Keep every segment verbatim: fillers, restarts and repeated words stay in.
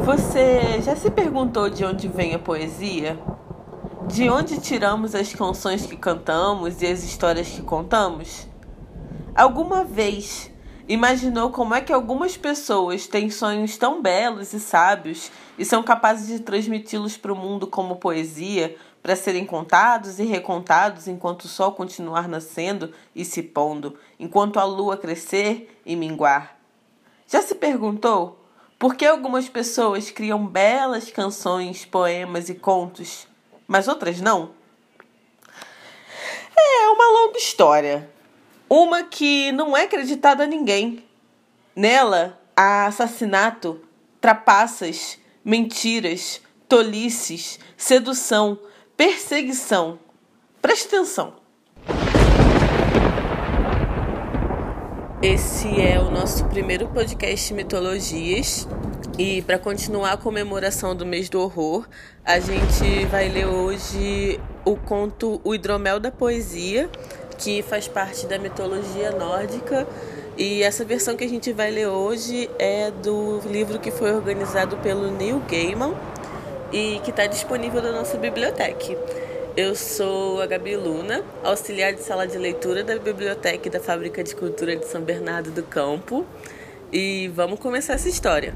Você já se perguntou de onde vem a poesia? De onde tiramos as canções que cantamos e as histórias que contamos? Alguma vez imaginou como é que algumas pessoas têm sonhos tão belos e sábios e são capazes de transmiti-los para o mundo como poesia, para serem contados e recontados enquanto o sol continuar nascendo e se pondo, enquanto a lua crescer e minguar? Já se perguntou por que algumas pessoas criam belas canções, poemas e contos, mas outras não? É uma longa história. Uma que não é acreditada a ninguém. Nela há assassinato, trapaças, mentiras, tolices, sedução, perseguição. Preste atenção. Esse é o nosso primeiro podcast Mitologias. E para continuar a comemoração do mês do horror, a gente vai ler hoje o conto O Hidromel da Poesia, que faz parte da mitologia nórdica. E essa versão que a gente vai ler hoje é do livro que foi organizado pelo Neil Gaiman e que está disponível na nossa biblioteca. Eu sou a Gabi Luna, auxiliar de sala de leitura da Biblioteca da Fábrica de Cultura de São Bernardo do Campo. E vamos começar essa história.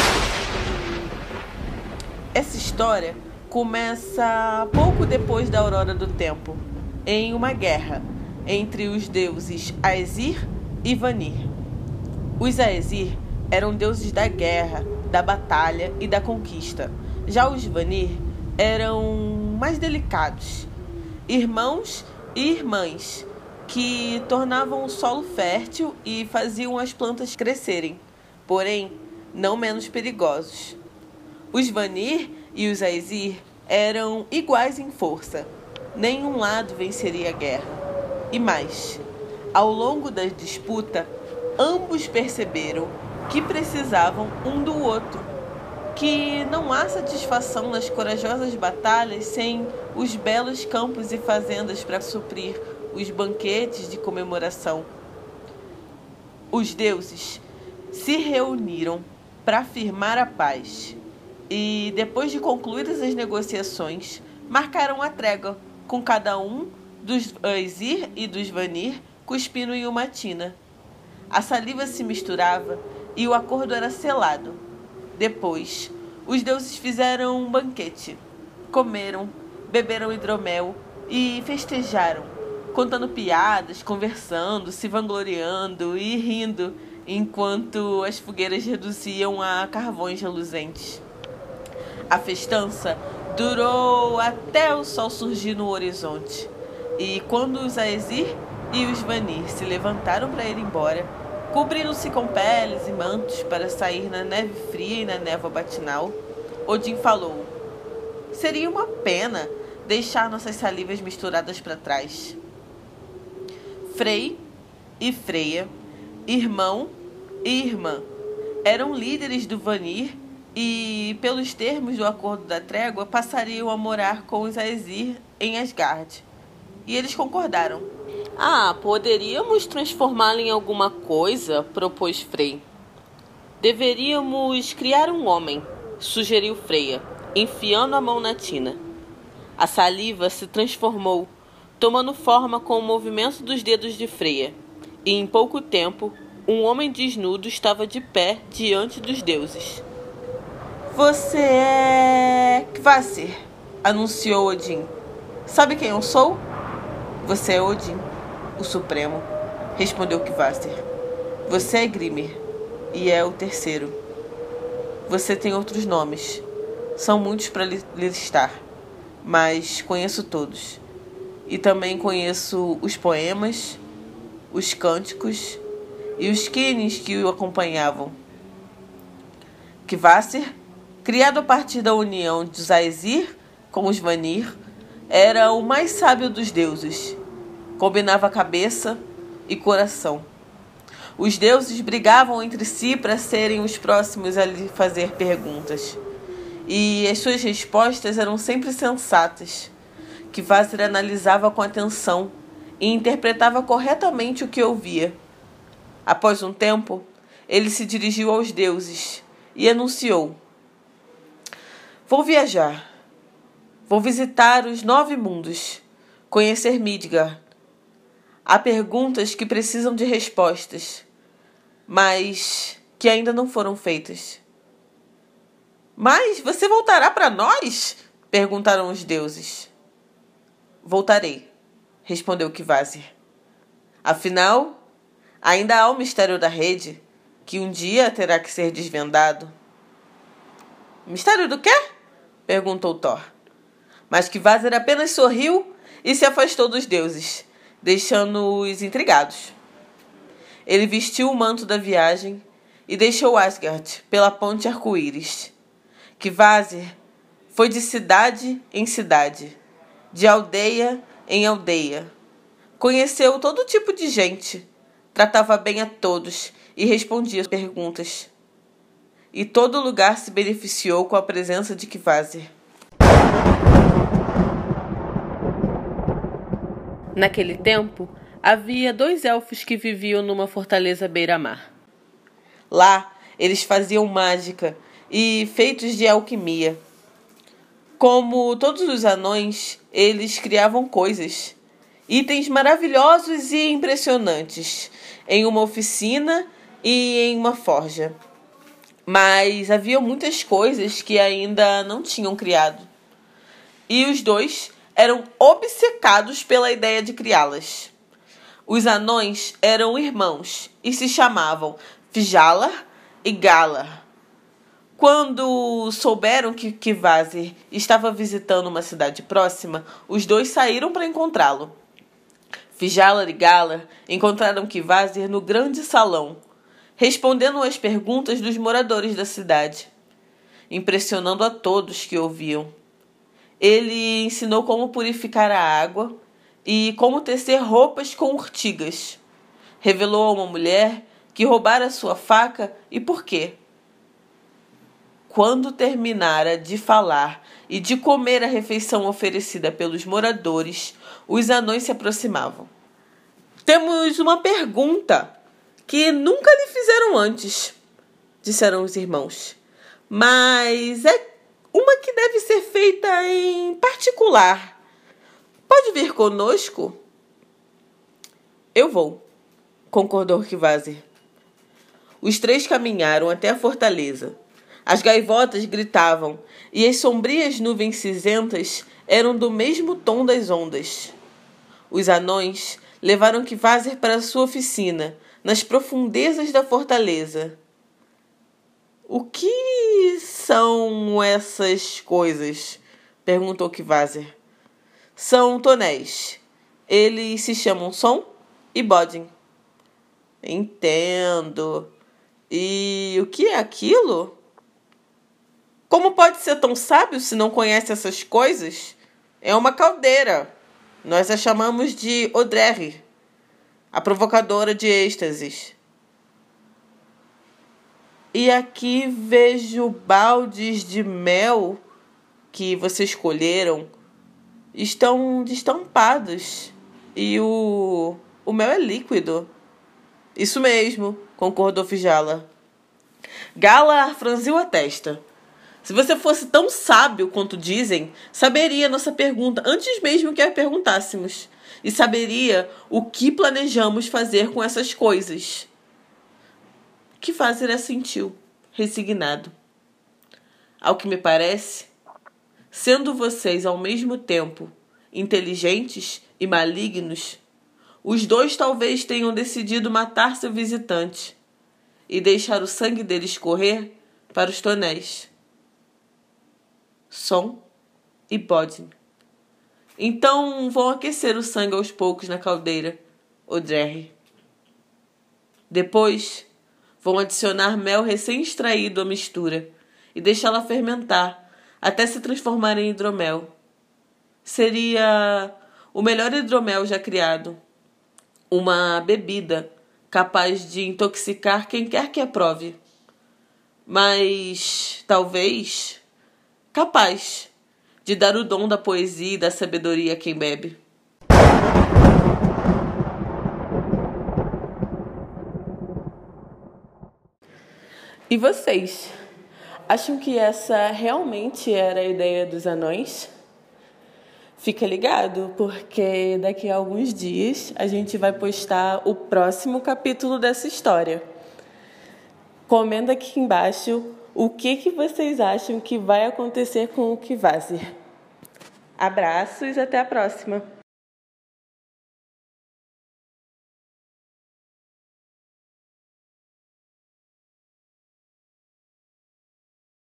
Essa história começa pouco depois da aurora do tempo, em uma guerra entre os deuses Aesir e Vanir. Os Aesir eram deuses da guerra, da batalha e da conquista. Já os Vanir eram mais delicados, irmãos e irmãs, que tornavam o solo fértil e faziam as plantas crescerem, porém não menos perigosos. Os Vanir e os Aesir eram iguais em força. Nenhum lado venceria a guerra. E mais, ao longo da disputa, ambos perceberam que precisavam um do outro, que não há satisfação nas corajosas batalhas sem os belos campos e fazendas para suprir os banquetes de comemoração. Os deuses se reuniram para firmar a paz e, depois de concluídas as negociações, marcaram a trégua, com cada um dos Aesir e dos Vanir cuspindo em uma tina. A saliva se misturava e o acordo era selado. Depois, os deuses fizeram um banquete. Comeram, beberam hidromel e festejaram, contando piadas, conversando, se vangloriando e rindo, enquanto as fogueiras reduziam a carvões reluzentes. A festança durou até o sol surgir no horizonte. E quando os Aesir e os Vanir se levantaram para ir embora, cobrindo-se com peles e mantos para sair na neve fria e na névoa matinal, Odin falou: seria uma pena deixar nossas salivas misturadas para trás. Frey e Freya, irmão e irmã, eram líderes do Vanir e, pelos termos do acordo da trégua, passariam a morar com os Aesir em Asgard. E eles concordaram. Ah, poderíamos transformá-la em alguma coisa, propôs Frey. Deveríamos criar um homem, sugeriu Freya, enfiando a mão na tina. A saliva se transformou, tomando forma com o movimento dos dedos de Freya, e em pouco tempo, um homem desnudo estava de pé diante dos deuses. Você é Kvasir, anunciou Odin. Sabe quem eu sou? Você é Odin, o Supremo, respondeu Kvasir. Você é Grimir, e é o terceiro. Você tem outros nomes. São muitos para listar, mas conheço todos. E também conheço os poemas, os cânticos e os quênis que o acompanhavam. Kvasir, criado a partir da união dos Aesir com os Vanir, era o mais sábio dos deuses. Combinava cabeça e coração. Os deuses brigavam entre si para serem os próximos a lhe fazer perguntas. E as suas respostas eram sempre sensatas. Kvasir analisava com atenção e interpretava corretamente o que ouvia. Após um tempo, ele se dirigiu aos deuses e anunciou: Vou viajar. Vou visitar os nove mundos. Conhecer Midgard. Há perguntas que precisam de respostas, mas que ainda não foram feitas. Mas você voltará para nós? Perguntaram os deuses. Voltarei, respondeu Kvasir. Afinal, ainda há o mistério da rede, que um dia terá que ser desvendado. Mistério do quê? Perguntou Thor. Mas Kvasir apenas sorriu e se afastou dos deuses, deixando-os intrigados. Ele vestiu o manto da viagem e deixou Asgard pela ponte arco-íris. Kvasir foi de cidade em cidade, de aldeia em aldeia. Conheceu todo tipo de gente, tratava bem a todos e respondia às perguntas. E todo lugar se beneficiou com a presença de Kvasir. Naquele tempo, havia dois elfos que viviam numa fortaleza beira-mar. Lá, eles faziam mágica e feitos de alquimia. Como todos os anões, eles criavam coisas, itens maravilhosos e impressionantes, em uma oficina e em uma forja. Mas havia muitas coisas que ainda não tinham criado. E os dois eram obcecados pela ideia de criá-las. Os anões eram irmãos e se chamavam Fjalar e Galar. Quando souberam que Kvasir estava visitando uma cidade próxima, os dois saíram para encontrá-lo. Fjalar e Galar encontraram Kvasir no grande salão, respondendo às perguntas dos moradores da cidade, impressionando a todos que ouviam. Ele ensinou como purificar a água e como tecer roupas com urtigas. Revelou a uma mulher que roubara sua faca e por quê. Quando terminara de falar e de comer a refeição oferecida pelos moradores, os anões se aproximavam. Temos uma pergunta que nunca lhe fizeram antes, disseram os irmãos. Mas é uma que deve ser feita em particular. Pode vir conosco? Eu vou, concordou Kvasir. Os três caminharam até a fortaleza. As gaivotas gritavam e as sombrias nuvens cinzentas eram do mesmo tom das ondas. Os anões levaram Kvasir para sua oficina, nas profundezas da fortaleza. O que são essas coisas? Perguntou Kvasir. São tonéis. Eles se chamam Som e Bodin. Entendo. E o que é aquilo? Como pode ser tão sábio se não conhece essas coisas? É uma caldeira. Nós a chamamos de Odrehi, a provocadora de êxtases. E aqui vejo baldes de mel que vocês escolheram. Estão destampados. E o, o mel é líquido. Isso mesmo, concordou Fjalar. Galar franziu a testa. Se você fosse tão sábio quanto dizem, saberia nossa pergunta antes mesmo que a perguntássemos. E saberia o que planejamos fazer com essas coisas. Kvasir assentiu, resignado. Ao que me parece, sendo vocês ao mesmo tempo inteligentes e malignos, os dois talvez tenham decidido matar seu visitante e deixar o sangue dele escorrer para os tonéis. Som e Bodin. Então vão aquecer o sangue aos poucos na caldeira, Odrehi. Depois vão adicionar mel recém-extraído à mistura e deixá-la fermentar até se transformar em hidromel. Seria o melhor hidromel já criado. Uma bebida capaz de intoxicar quem quer que a prove. Mas talvez capaz de dar o dom da poesia e da sabedoria a quem bebe. E vocês? Acham que essa realmente era a ideia dos anões? Fica ligado, porque daqui a alguns dias a gente vai postar o próximo capítulo dessa história. Comenta aqui embaixo o que, que vocês acham que vai acontecer com o Kvasir. Abraços e até a próxima!